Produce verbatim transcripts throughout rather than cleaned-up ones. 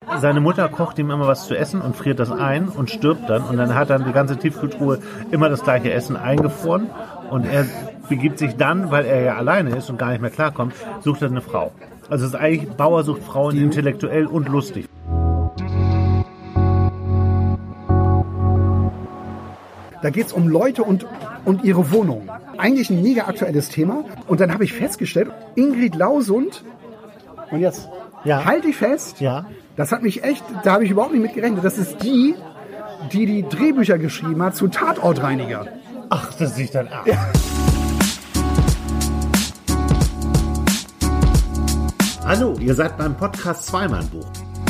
seine Mutter kocht ihm immer was zu essen und friert das ein und stirbt dann. Und dann hat dann die ganze Tiefkühltruhe immer das gleiche Essen eingefroren. Und er begibt sich dann, weil er ja alleine ist und gar nicht mehr klarkommt, sucht er eine Frau. Also es ist eigentlich Bauer sucht Frauen, die intellektuell und lustig. Da geht es um Leute und, und ihre Wohnung. Eigentlich ein mega aktuelles Thema. Und dann habe ich festgestellt, Ingrid Lausund, und jetzt Ja. halte ich fest, Ja. das hat mich echt, da habe ich überhaupt nicht mit gerechnet. Das ist die, die die Drehbücher geschrieben hat zu Tatortreiniger. Ach, das sieht dann ab. Ja. Hallo, ihr seid beim Podcast Zweimann-Buch.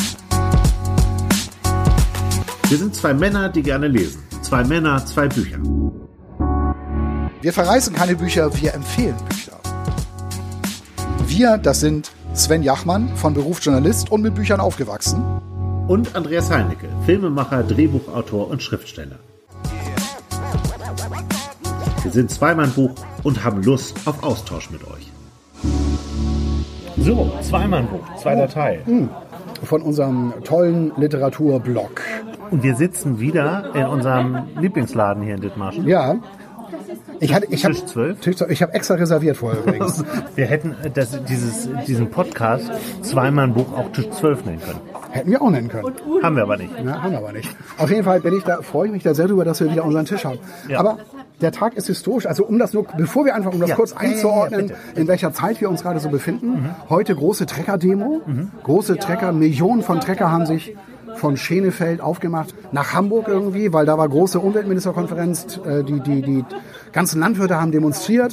Wir sind zwei Männer, die gerne lesen. Zwei Männer, zwei Bücher. Wir verreißen keine Bücher, wir empfehlen Bücher. Wir, das sind Sven Jachmann, von Beruf Journalist und mit Büchern aufgewachsen. Und Andreas Heinecke, Filmemacher, Drehbuchautor und Schriftsteller. Wir sind Zweimann-Buch und haben Lust auf Austausch mit euch. So, Zweimann-Buch, zweiter Teil. Von unserem tollen Literaturblog. Und wir sitzen wieder in unserem Lieblingsladen hier in Dithmarschen. Ja. Ich hatte, ich habe Tisch zwölf? ich habe extra reserviert vorher übrigens. Wir hätten das, dieses, diesen Podcast Zweimann-Buch auch Tisch zwölf nennen können. Hätten wir auch nennen können. Haben wir aber nicht. Ja, haben wir aber nicht. Auf jeden Fall bin ich da, freue ich mich da sehr drüber, dass wir wieder unseren Tisch haben. Ja. Aber der Tag ist historisch. Also um das nur, bevor wir anfangen, um das Ja. kurz Ja, ja, ja, einzuordnen, bitte. in welcher Zeit wir uns gerade so befinden. Mhm. Heute große Trecker-Demo. Mhm. Große Trecker, Millionen von Trecker haben sich von Schenefeld aufgemacht nach Hamburg irgendwie, weil da war große Umweltministerkonferenz. Äh, die, die, die ganzen Landwirte haben demonstriert.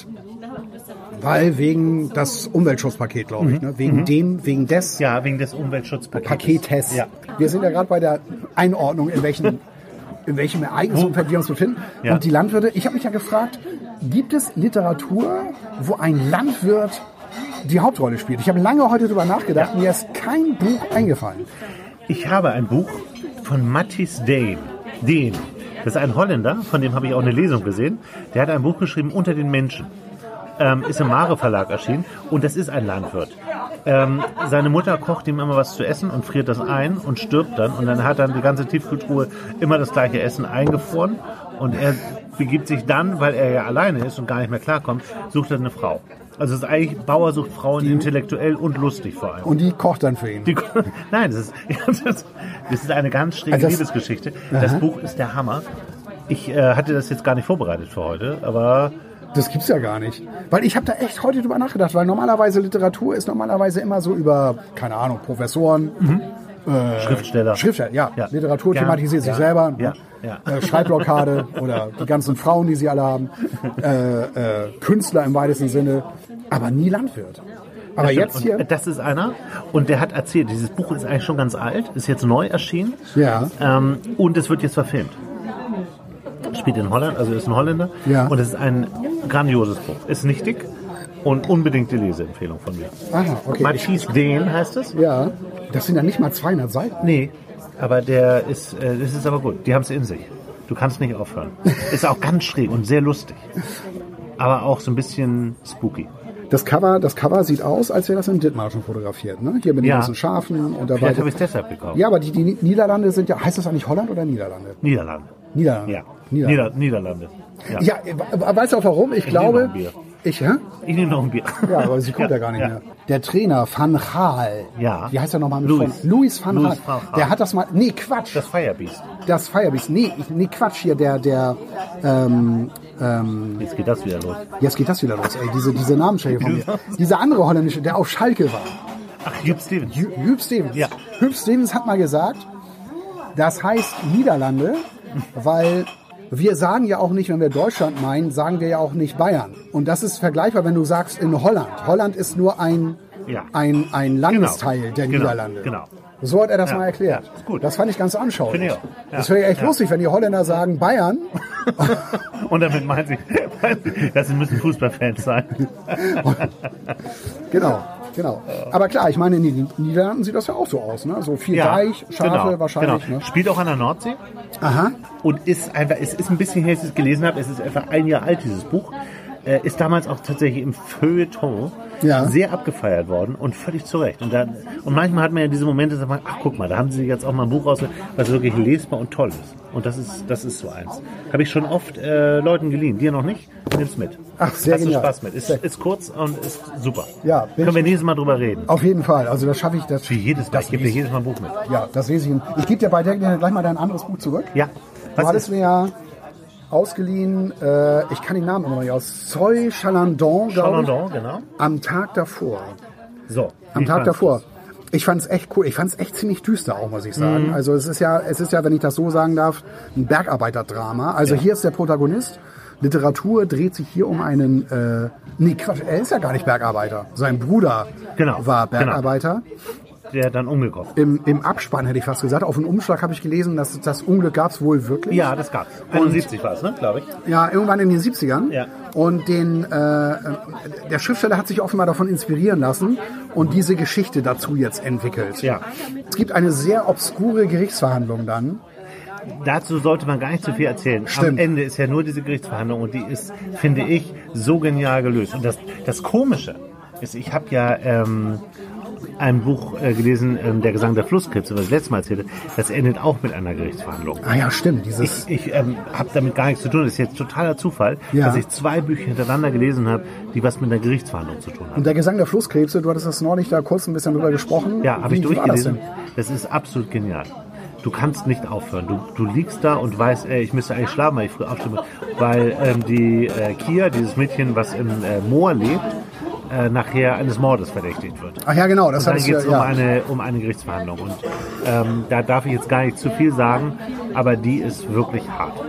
Weil wegen das Umweltschutzpaket, glaube ich, ne? wegen mhm. dem, wegen des Ja, wegen des Umweltschutzpakets. Paketes. Ja. Wir sind ja gerade bei der Einordnung, in welchem, in welchem Ereignisumfeld wir uns befinden. Ja. Und die Landwirte, ich habe mich ja gefragt, gibt es Literatur, wo ein Landwirt die Hauptrolle spielt? Ich habe lange heute darüber nachgedacht, Ja. mir ist kein Buch eingefallen. Ich habe ein Buch von Matthijs Deen. Deen. Das ist ein Holländer, von dem habe ich auch eine Lesung gesehen. Der hat ein Buch geschrieben, Unter den Menschen. Ähm, ist im Mare Verlag erschienen und das ist ein Landwirt. Ähm, seine Mutter kocht ihm immer was zu essen und friert das ein und stirbt dann und dann hat dann die ganze Tiefkühltruhe immer das gleiche Essen eingefroren und er begibt sich dann, weil er ja alleine ist und gar nicht mehr klarkommt, sucht er eine Frau. Also es ist eigentlich Bauer sucht Frauen, die, intellektuell und lustig vor allem. Und die kocht dann für ihn. Die, nein, das ist, das ist eine ganz schräge also das, Liebesgeschichte. Das aha. Buch ist der Hammer. Ich äh, hatte das jetzt gar nicht vorbereitet für heute, aber das gibt's ja gar nicht. Weil ich habe da echt heute drüber nachgedacht, weil normalerweise Literatur ist normalerweise immer so über, keine Ahnung, Professoren, mhm. äh, Schriftsteller. Schriftsteller, ja. ja. Literatur ja. thematisiert sich ja. selber. Ja. Ja. Äh, Schreibblockade oder die ganzen Frauen, die sie alle haben. Äh, äh, Künstler im weitesten Sinne. Aber nie Landwirt. Aber jetzt hier. Und das ist einer. Und der hat erzählt, dieses Buch ist eigentlich schon ganz alt, ist jetzt neu erschienen. Ja. Ähm, und es wird jetzt verfilmt. Spielt in Holland, also ist ein Holländer. Ja. Und es ist ein grandioses Buch. Ist nicht dick und unbedingt die Leseempfehlung von mir. Aha, okay. Matthijs Deen heißt es. Ja. Das sind ja nicht mal zweihundert Seiten. Nee, aber der ist, äh, das ist aber gut. Die haben es in sich. Du kannst nicht aufhören. Ist auch ganz schräg und sehr lustig. Aber auch so ein bisschen spooky. Das Cover, das Cover sieht aus, als wäre das in Dithmarschen fotografiert, ne? Hier mit den ja. ganzen Schafen und dabei. Vielleicht habe ich es deshalb gekauft. Ja, aber die, die Niederlande sind ja, heißt das eigentlich Holland oder Niederlande? Niederlande. Niederlande. Ja. Niederlande. Nieder- Niederlande. Ja. Ja, weißt du auch warum? Ich, ich glaube. Nehme noch ein Bier. Ich, hä? Ich nehme noch ein Bier. Ja, aber sie kommt ja, ja gar nicht ja. mehr. Der Trainer Van Gaal. Ja. Wie heißt der nochmal mit Louis. von? Louis Van Louis Gaal. Van Gaal. Der hat das mal. Nee, Quatsch. Das Firebeast. Das Firebeast. Nee, ich, nee, Quatsch hier. Der, der, ähm, ähm, Jetzt geht das wieder los. Jetzt geht das wieder los, ey. Diese, diese Namensschläge von mir. Dieser andere Holländische, der auf Schalke war. Ach, Huub Stevens. Huub Stevens. Ja. Huub Stevens hat mal gesagt, das heißt Niederlande, weil wir sagen ja auch nicht, wenn wir Deutschland meinen, sagen wir ja auch nicht Bayern. Und das ist vergleichbar, wenn du sagst in Holland. Holland ist nur ein, ja. ein, ein Landesteil genau. der genau. Niederlande. Genau. So hat er das ja. mal erklärt. Ja, ist gut. Das fand ich ganz anschaulich. Finde ich auch. Ja. Das wäre echt ja. lustig, wenn die Holländer sagen Bayern. Und damit meinen sie, das müssen Fußballfans sein. Genau. Genau. Aber klar, ich meine, in den Niederlanden sieht das ja auch so aus, ne? So viel ja, Deich, Schafe genau, wahrscheinlich. Genau. Ne? Spielt auch an der Nordsee. Aha. Und ist einfach, es ist ein bisschen her, als ich es gelesen habe, es ist etwa ein Jahr alt, dieses Buch. äh, ist damals auch tatsächlich im Feuilleton Ja. sehr abgefeiert worden und völlig zu Recht. Und, dann, und manchmal hat man ja diese Momente, dass man, ach guck mal, da haben sie jetzt auch mal ein Buch raus, was wirklich lesbar und toll ist. Und das ist, das ist so eins. Habe ich schon oft äh, Leuten geliehen. Dir noch nicht? Nimm's mit. Ach, sehr Hast du genial. Spaß mit. Ist, ist kurz und ist super. Ja, bin Können wir ich- nächstes Mal drüber reden. Auf jeden Fall. Also das schaffe ich. Das, Wie jedes Mal. Ich gebe dir jedes Mal ein Buch mit. Ja, das lese ich Ihnen. Ich gebe dir bei der Gelegenheit gleich mal dein anderes Buch zurück. Ja. Du Was hattest ist? mir ja ausgeliehen, äh, ich kann den Namen immer noch nicht aus, Zoe Chalandon, glaube ich, Chalandon, genau. am Tag davor. So. Am wie Tag fandst davor. du's? Ich fand es echt cool. Ich fand es echt ziemlich düster auch, muss ich sagen. Mhm. Also es ist ja, es ist ja, wenn ich das so sagen darf, ein Bergarbeiterdrama. Also Ja. hier ist der Protagonist. Literatur dreht sich hier um einen, äh, nee Quatsch, er ist ja gar nicht Bergarbeiter. Sein Bruder Genau, war genau. Bergarbeiter. Der dann umgekommen. Im, Im Abspann hätte ich fast gesagt. Auf dem Umschlag habe ich gelesen, dass das Unglück gab es wohl wirklich. Ja, das gab's. einundsiebzig war es, ne, glaube ich. Ja, irgendwann in den siebzigern. Ja. Und den, äh, der Schriftsteller hat sich offenbar davon inspirieren lassen und diese Geschichte dazu jetzt entwickelt. Ja. Es gibt eine sehr obskure Gerichtsverhandlung dann. Dazu sollte man gar nicht zu viel erzählen. Stimmt. Am Ende ist ja nur diese Gerichtsverhandlung und die ist, finde ich, so genial gelöst. Und das, das Komische ist, ich habe ja ähm, ein Buch äh, gelesen, ähm, Der Gesang der Flusskrebse, was ich letztes Mal erzählte. Das endet auch mit einer Gerichtsverhandlung. Ah ja, stimmt. Dieses, Ich, ich ähm, habe damit gar nichts zu tun. Das ist jetzt totaler Zufall, Ja. dass ich zwei Bücher hintereinander gelesen habe, die was mit einer Gerichtsverhandlung zu tun haben. und der Gesang der Flusskrebse, du hattest das neulich da kurz ein bisschen drüber gesprochen. Ja, habe ich Wie- wie war das durchgelesen. Das ist absolut genial. Du kannst nicht aufhören. Du, du liegst da und weißt, ey, ich müsste eigentlich schlafen, weil ich früh aufstehen muss. Weil ähm, die äh, Kia, dieses Mädchen, was im äh, Moor lebt, äh, nachher eines Mordes verdächtigt wird. Ach ja, genau. Das Und dann hattest geht du es ja. um, ja. eine, um eine Gerichtsverhandlung. Und ähm, da darf ich jetzt gar nicht zu viel sagen, aber die ist wirklich hart.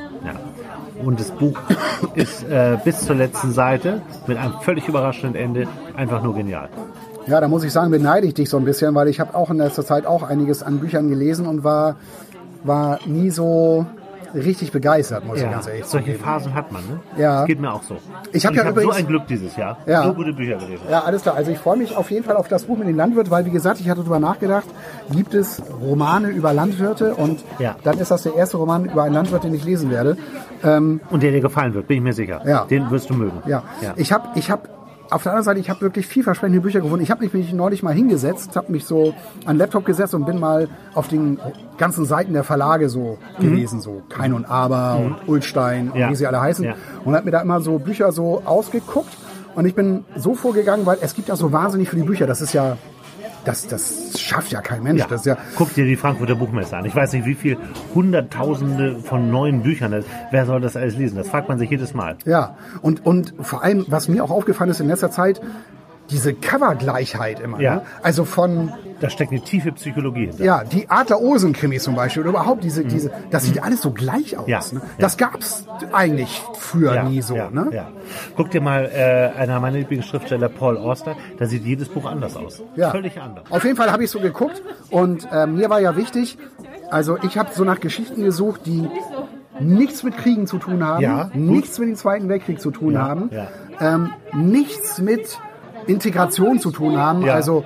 Ja. Und das Buch ist äh, bis zur letzten Seite mit einem völlig überraschenden Ende einfach nur genial. Ja, da muss ich sagen, beneide ich dich so ein bisschen, weil ich habe auch in letzter Zeit auch einiges an Büchern gelesen und war, war nie so richtig begeistert, muss ich ganz ehrlich solche zugeben. Phasen hat man, ne? Ja. Das geht mir auch so. Ich hab Und ja hab so übrigens- ein Glück dieses Jahr. Ja. So gute Bücher gelesen. Ja, alles klar. Also ich freue mich auf jeden Fall auf das Buch mit dem Landwirt, weil wie gesagt, ich hatte darüber nachgedacht, gibt es Romane über Landwirte und Ja. dann ist das der erste Roman über einen Landwirt, den ich lesen werde. Ähm, Und der dir gefallen wird, bin ich mir sicher. Ja. Den wirst du mögen. ja. Ja. ich habe, ich habe auf der anderen Seite, ich habe wirklich vielversprechende Bücher gefunden. Ich habe mich, mich neulich mal hingesetzt, habe mich so an den Laptop gesetzt und bin mal auf den ganzen Seiten der Verlage so gelesen, so Kein und Aber und Ullstein und Ja. wie sie alle heißen. Ja. Und habe mir da immer so Bücher so ausgeguckt. Und ich bin so vorgegangen, weil es gibt ja so wahnsinnig viele Bücher. Das ist ja, das, das schafft ja kein Mensch. Ja. Das ist ja, Guck dir die Frankfurter Buchmesse an. Ich weiß nicht, wie viel Hunderttausende von neuen Büchern das ist. Wer soll das alles lesen? Das fragt man sich jedes Mal. ja. Und, und vor allem, was mir auch aufgefallen ist in letzter Zeit, diese Covergleichheit immer. Ja. Ne? Also von, Da steckt eine tiefe Psychologie hinter. ja, die Adler-Olsen-Krimis zum Beispiel oder überhaupt diese, diese, das sieht alles so gleich aus. Mhm. Ja. Ne? Das gab's eigentlich früher nie so. ja, ne? ja. Guck dir mal äh, einer meiner Lieblingsschriftsteller, Paul Auster, da sieht jedes Buch anders aus. Ja. Völlig anders. Auf jeden Fall habe ich so geguckt und äh, mir war ja wichtig, also ich habe so nach Geschichten gesucht, die nichts mit Kriegen zu tun haben, Ja, gut. nichts mit dem Zweiten Weltkrieg zu tun Ja, haben, ja. Ähm, nichts mit Integration zu tun haben. Ja. Also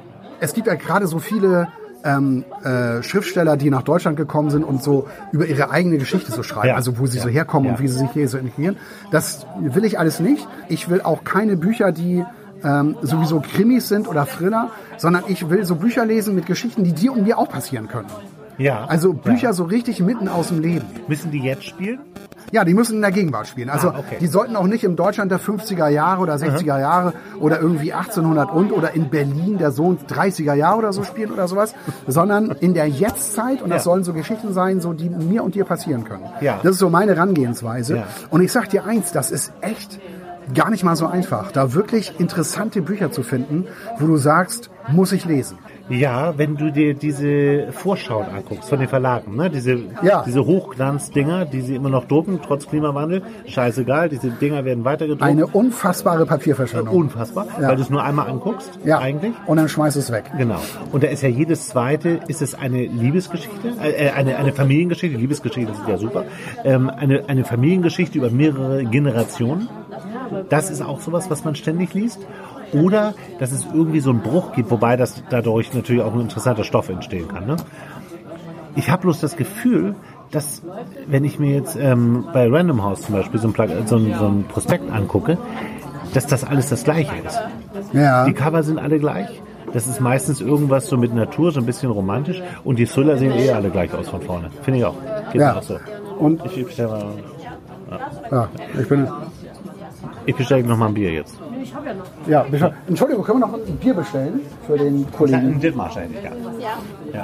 es gibt ja gerade so viele ähm, äh, Schriftsteller, die nach Deutschland gekommen sind und so über ihre eigene Geschichte so schreiben, Ja. also wo sie Ja. so herkommen Ja. und wie sie sich hier so integrieren. Das will ich alles nicht. Ich will auch keine Bücher, die ähm, sowieso Krimis sind oder Thriller, sondern ich will so Bücher lesen mit Geschichten, die dir und mir auch passieren können. Ja. Also Bücher Ja. so richtig mitten aus dem Leben. Müssen die jetzt spielen? Ja, die müssen in der Gegenwart spielen. Also Ah, okay. die sollten auch nicht im Deutschland der fünfziger Jahre oder sechziger Jahre oder irgendwie achtzehnhundert und oder in Berlin der Sohn dreißiger Jahre oder so spielen oder sowas, sondern in der Jetztzeit und das Ja. sollen so Geschichten sein, so die mir und dir passieren können. Ja. Das ist so meine Herangehensweise. Ja. Und ich sag dir eins, das ist echt gar nicht mal so einfach, da wirklich interessante Bücher zu finden, wo du sagst, muss ich lesen. Ja, wenn du dir diese Vorschauen anguckst von den Verlagen, ne? diese, Ja. diese Hochglanzdinger, die sie immer noch drucken, trotz Klimawandel, scheißegal, diese Dinger werden weiter gedruckt. Eine unfassbare Papierverschwendung. Unfassbar, Ja. weil du es nur einmal anguckst, ja. eigentlich. Und dann schmeißt es weg. Genau. Und da ist ja jedes zweite, ist es eine Liebesgeschichte, äh, eine, eine Familiengeschichte, Liebesgeschichten sind ja super, ähm, eine, eine Familiengeschichte über mehrere Generationen. Das ist auch sowas, was man ständig liest. Oder, dass es irgendwie so einen Bruch gibt, wobei das dadurch natürlich auch ein interessanter Stoff entstehen kann. Ne? Ich habe bloß das Gefühl, dass, wenn ich mir jetzt ähm, bei Random House zum Beispiel so ein, Pla- so, ein, so ein Prospekt angucke, dass das alles das Gleiche ist. Ja. Die Cover sind alle gleich. Das ist meistens irgendwas so mit Natur, so ein bisschen romantisch. Und die Thriller sehen eh alle gleich aus von vorne. Finde ich auch. Geht Ja. mir auch so. Und Ich bestelle mal, ja, ich bin. ich bestelle noch mal ein Bier jetzt. Ja, bitte. Entschuldigung, können wir noch ein Bier bestellen für den Kollegen? Ein Dithmarsch hätte ich, ja. Ja.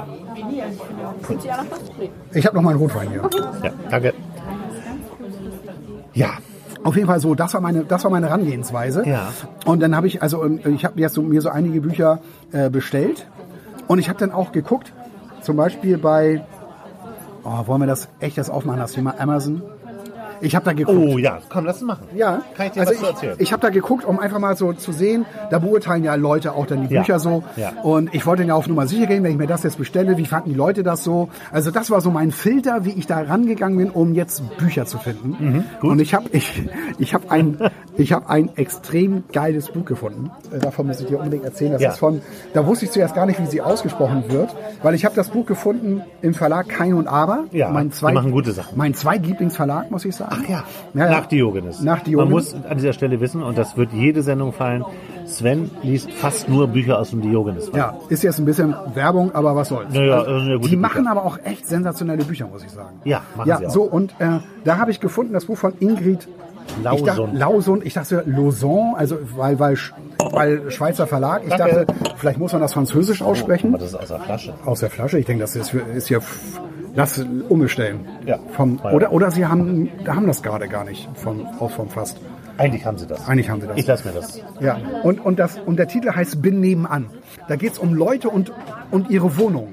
Ich habe noch mal einen Rotwein hier. Ja, danke. Ja, auf jeden Fall so, das war meine, das war meine Herangehensweise. Ja. Und dann habe ich, also ich habe jetzt so, mir so einige Bücher äh, bestellt und ich habe dann auch geguckt, zum Beispiel bei, oh, wollen wir das echt das aufmachen, das Thema Amazon? Ich habe da geguckt. Oh ja, komm, lass es machen. Ja, Kann ich dir also was zu erzählen? ich, ich habe da geguckt, um einfach mal so zu sehen, da beurteilen ja Leute auch dann die Ja. Bücher so. Ja. Und ich wollte ja auf Nummer sicher gehen, wenn ich mir das jetzt bestelle, wie fanden die Leute das so? Also das war so mein Filter, wie ich da rangegangen bin, um jetzt Bücher zu finden. Mhm, gut. Und ich habe ich, ich hab ein, ich hab ein extrem geiles Buch gefunden. Äh, Davon muss ich dir unbedingt erzählen. Das Ja. ist von, da wusste ich zuerst gar nicht, wie sie ausgesprochen wird, weil ich habe das Buch gefunden im Verlag Kein und Aber. Ja, mein die machen gute Sachen. Mein zweitlieblingsverlag, muss ich sagen. Ach ja. Ja, ja. Nach Diogenes. Nach Diogenes. Man muss an dieser Stelle wissen, und das wird jede Sendung fallen, Sven liest fast nur Bücher aus dem Diogenes. Ja, ist jetzt ein bisschen Werbung, aber was soll's. Ja, ja, Also, das sind ja gute die machen Bücher. aber auch echt sensationelle Bücher, muss ich sagen. Ja, machen ja, sie auch. so, und äh, da habe ich gefunden, das Buch von Ingrid Ich dachte, Lausund. Lausund, ich dachte Lausanne, also weil, weil, Sch- weil Schweizer Verlag. Ich Danke. dachte, vielleicht muss man das Französisch aussprechen. Aber das ist aus der Flasche. Aus der Flasche. Ich denke, das ist, ist hier, lass umbestellen. Ja. Vom, Ja. oder, oder sie haben, haben das gerade gar nicht vom, aus vom Fass. Eigentlich haben sie das. Eigentlich haben sie das. Ich lasse mir das. Ja, und, und, das, und der Titel heißt Bin nebenan. Da geht es um Leute und, und ihre Wohnungen.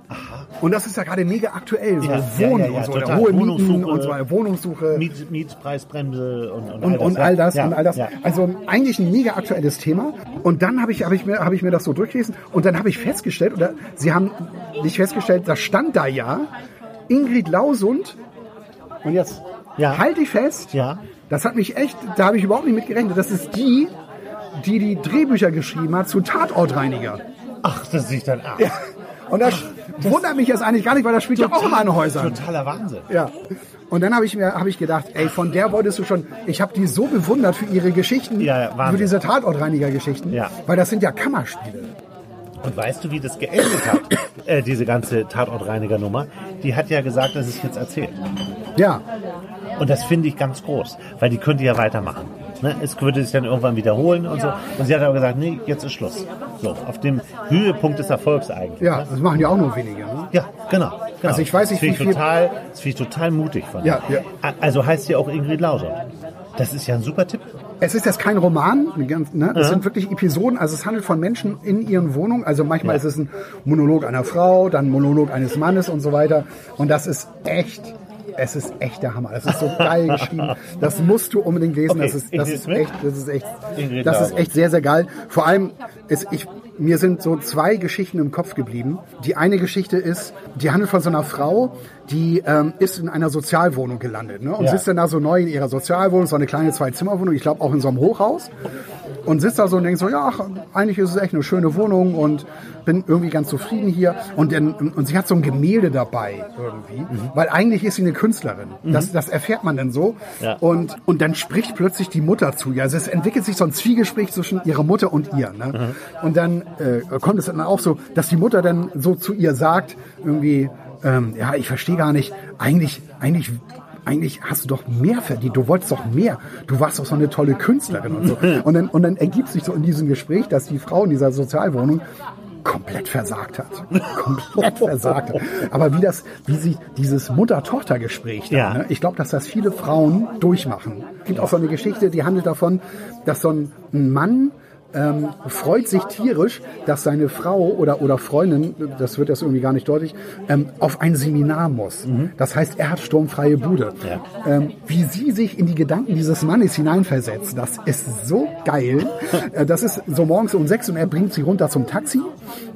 Und das ist ja gerade mega aktuell, so Ja, Wohnen ja, ja, ja, und so, total. hohe Mieten Wohnungssuche, und so, Wohnungssuche Miet, Mietpreisbremse und, und, und, und all das ja. und all das. Ja. Also eigentlich ein mega aktuelles Thema. Und dann habe ich, hab ich, mir, hab ich mir das so durchgelesen und dann habe ich festgestellt, oder sie haben nicht festgestellt, da stand da ja Ingrid Lausund. Und jetzt Ja. halte ich fest, Ja. das hat mich echt, da habe ich überhaupt nicht mit gerechnet. Das ist die, die die Drehbücher geschrieben hat zu Tatortreiniger. Ach, das sieht dann ab. Und das wundert mich jetzt eigentlich gar nicht, weil das spielt ja auch immer in Häusern. Totaler Wahnsinn. Ja. Und dann habe ich mir habe ich gedacht, ey, von der wolltest du schon, ich habe die so bewundert für ihre Geschichten, Ja, ja, Wahnsinn. für diese Tatortreiniger-Geschichten, Ja. weil das sind ja Kammerspiele. Und weißt du, wie das geendet hat? äh, diese ganze Tatortreiniger-Nummer. Die hat ja gesagt, dass es jetzt erzählt. Ja. Und das finde ich ganz groß, weil die könnte ja weitermachen. Ne? Es würde sich dann irgendwann wiederholen und so. Und sie hat aber gesagt, nee, jetzt ist Schluss. So, auf dem Höhepunkt des Erfolgs eigentlich. Ja, Ne? das machen ja auch nur wenige. Ne? Ja, genau. genau. Also ich weiß nicht, das wie finde ich viel- total, das finde ich total mutig von Ja, ihr. ja. Also heißt sie auch Ingrid Lausund. Das ist ja ein super Tipp. Es ist jetzt kein Roman, ne? Es sind wirklich Episoden, also es handelt von Menschen in ihren Wohnungen. Also manchmal Ja. ist es ein Monolog einer Frau, dann ein Monolog eines Mannes und so weiter. Und das ist echt, es ist echt der Hammer. Das ist so geil geschrieben. Das musst du unbedingt lesen. Okay, Das ist, ich das lese ist mit. echt, das ist echt, Ingrid das ist Lausund. echt sehr, sehr geil. Vor allem ist ich, mir sind so zwei Geschichten im Kopf geblieben. Die eine Geschichte ist, die handelt von so einer Frau, die ähm, ist in einer Sozialwohnung gelandet, ne? Und Ja. sitzt dann da so neu in ihrer Sozialwohnung, so eine kleine Zwei-Zimmer-Wohnung, ich glaube auch in so einem Hochhaus. Und sitzt da so und denkt so, ja, ach, eigentlich ist es echt eine schöne Wohnung und bin irgendwie ganz zufrieden hier. Und, dann, und sie hat so ein Gemälde dabei irgendwie, Mhm. weil eigentlich ist sie eine Künstlerin. Das, das erfährt man dann so. Ja. Und, und dann spricht plötzlich die Mutter zu ihr. Also es entwickelt sich so ein Zwiegespräch zwischen ihrer Mutter und ihr. Ne? Mhm. Und dann äh, kommt es dann auch so, dass die Mutter dann so zu ihr sagt, irgendwie, ähm, ja, ich verstehe gar nicht, eigentlich, eigentlich eigentlich hast du doch mehr verdient, du wolltest doch mehr, du warst doch so eine tolle Künstlerin und so. Und dann, und dann ergibt sich so in diesem Gespräch, dass die Frau in dieser Sozialwohnung komplett versagt hat. Komplett versagt hat. Aber wie das, wie sie dieses Mutter-Tochter-Gespräch da, Ja. ne? Ich glaube, dass das viele Frauen durchmachen. Es gibt auch so eine Geschichte, die handelt davon, dass so ein ein Mann ähm, freut sich tierisch, dass seine Frau oder, oder Freundin, das wird jetzt irgendwie gar nicht deutlich, ähm, auf ein Seminar muss. Das heißt, er hat sturmfreie Bude. Ja. Ähm, wie sie sich in die Gedanken dieses Mannes hineinversetzt, das ist so geil. Äh, das ist so morgens um sechs und er bringt sie runter zum Taxi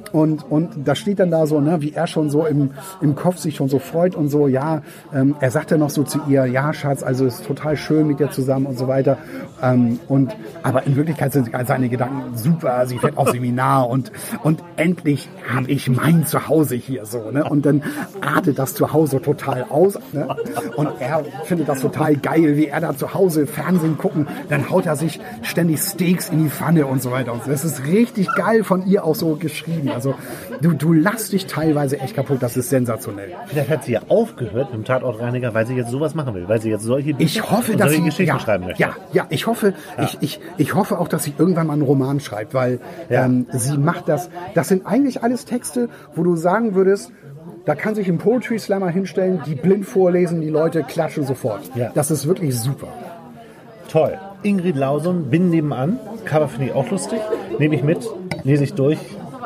Und, und da steht dann da so, ne, wie er schon so im, im Kopf sich schon so freut und so, ja, ähm, er sagt dann noch so zu ihr, ja, Schatz, also ist total schön mit dir zusammen und so weiter. Ähm, und, aber in Wirklichkeit sind seine Gedanken super, sie fährt auf Seminar und, und endlich habe ich mein Zuhause hier so, ne, und dann artet das Zuhause total aus, ne, und er findet das total geil, wie er da zu Hause Fernsehen gucken, dann haut er sich ständig Steaks in die Pfanne und so weiter und so. Das ist richtig geil von ihr auch so geschrieben. Also du, du lachst dich teilweise echt kaputt, das ist sensationell. Vielleicht hat sie ja aufgehört mit dem Tatortreiniger, weil sie jetzt sowas machen will, weil sie jetzt solche, ich hoffe, dass solche sie, Geschichten ja, schreiben möchte. Ja, ja, ich hoffe, ja. Ich, ich, ich hoffe auch, dass sie irgendwann mal einen Roman schreibt, weil ja. ähm, sie macht das, das sind eigentlich alles Texte, wo du sagen würdest, da kann sich ein Poetry Slammer hinstellen, die blind vorlesen, die Leute klatschen sofort. Ja. Das ist wirklich super. Toll. Ingrid Lauson, bin nebenan. Cover finde ich auch lustig. Nehme ich mit, lese ich durch.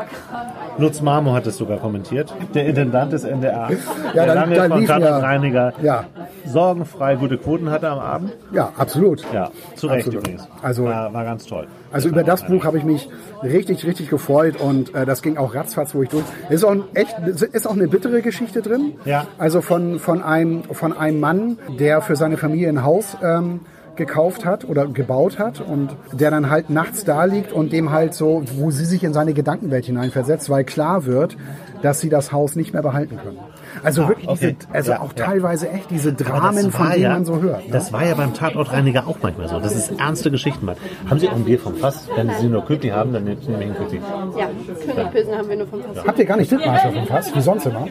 Lutz Marmo hat es sogar kommentiert. Der Intendant des N D R. Ja, der dann, lange dann von lief Tatortreiniger. Ja. Sorgenfrei gute Quoten hatte am Abend. Ja, absolut. Ja, zu Recht absolut. übrigens. Also, war, war ganz toll. Also über das Buch habe ich mich richtig, richtig gefreut und äh, das ging auch ratzfatz, wo ich durch. Ist auch ein echt, ist auch eine bittere Geschichte drin. Ja. Also von von einem von einem Mann, der für seine Familie ein Haus ähm, gekauft hat oder gebaut hat und der dann halt nachts da liegt und dem halt so, wo sie sich in seine Gedankenwelt hineinversetzt, weil klar wird, dass sie das Haus nicht mehr behalten können. Also ah, wirklich okay. diese, also ja, auch ja. teilweise echt diese Dramen, von denen ja, man so hört. Ne? Das war ja beim Tatortreiniger auch manchmal so, dass es ernste Geschichten waren. Haben Sie auch ein Bier vom Fass? Wenn Sie nur Köpi haben, dann nehme ich ein Köpi. Ja, Königpilsen haben wir nur vom Fass. Ja. Habt ihr gar nicht Dittmarscher vom Fass, wie sonst immer?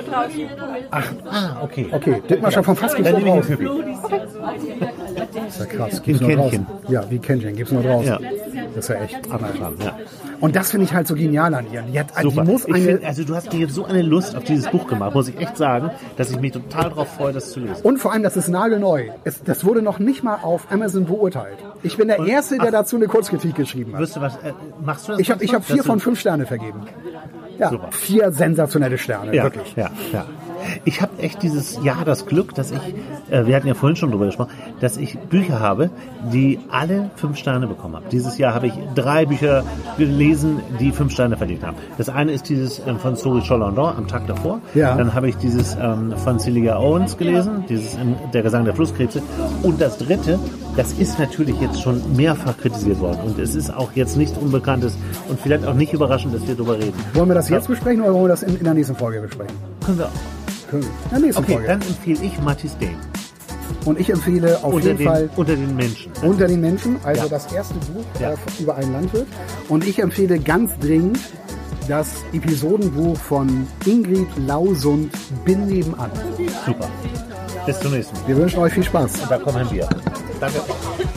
Ach, ah, okay. Okay, Dittmarscher vom Fass gibt's dann noch nehme ich ein draußen. Köpi. Das ist ja krass. In Kännchen. Ja, wie Kännchen, gibt's nur draußen. Ja. Das ist ja echt. Abgefahren, ja. Und das finde ich halt so genial an ihr. Die hat, Super. Die muss Ich eine, find, also du hast mir jetzt so eine Lust auf dieses Buch gemacht, muss ich echt sagen, dass ich mich total darauf freue, das zu lesen. Und vor allem, das ist nagelneu. Es, das wurde noch nicht mal auf Amazon beurteilt. Ich bin der Und, Erste, der ach, dazu eine Kurzkritik geschrieben hat. Wirst du was, äh, machst du das? Ich habe ich hab vier von fünf Sterne vergeben. Ja, Super. Vier sensationelle Sterne, ja, wirklich. Ja, ja. Ich habe echt dieses Jahr das Glück, dass ich, äh, wir hatten ja vorhin schon drüber gesprochen, dass ich Bücher habe, die alle fünf Sterne bekommen haben. Dieses Jahr habe ich drei Bücher gelesen, die fünf Sterne verdient haben. Das eine ist dieses ähm, von Sori Chollandon am Tag davor. Ja. Dann habe ich dieses ähm, von Celia Owens gelesen, dieses ähm, Der Gesang der Flusskrebse. Und das dritte, das ist natürlich jetzt schon mehrfach kritisiert worden. Und es ist auch jetzt nichts Unbekanntes und vielleicht auch nicht überraschend, dass wir darüber reden. Wollen wir das jetzt besprechen oder wollen wir das in, in der nächsten Folge besprechen? Können wir auch. In der nächsten Okay, Folge. dann empfehle ich Mathis Dane. Und ich empfehle auf Unter jeden den, Fall unter den Menschen. Unter den Menschen, also Ja. das erste Buch Ja. äh, über einen Landwirt. Und ich empfehle ganz dringend das Episodenbuch von Ingrid Lausund, Bin nebenan. Super. Bis zum nächsten Mal. Wir wünschen euch viel Spaß. Und da kommen wir. Danke.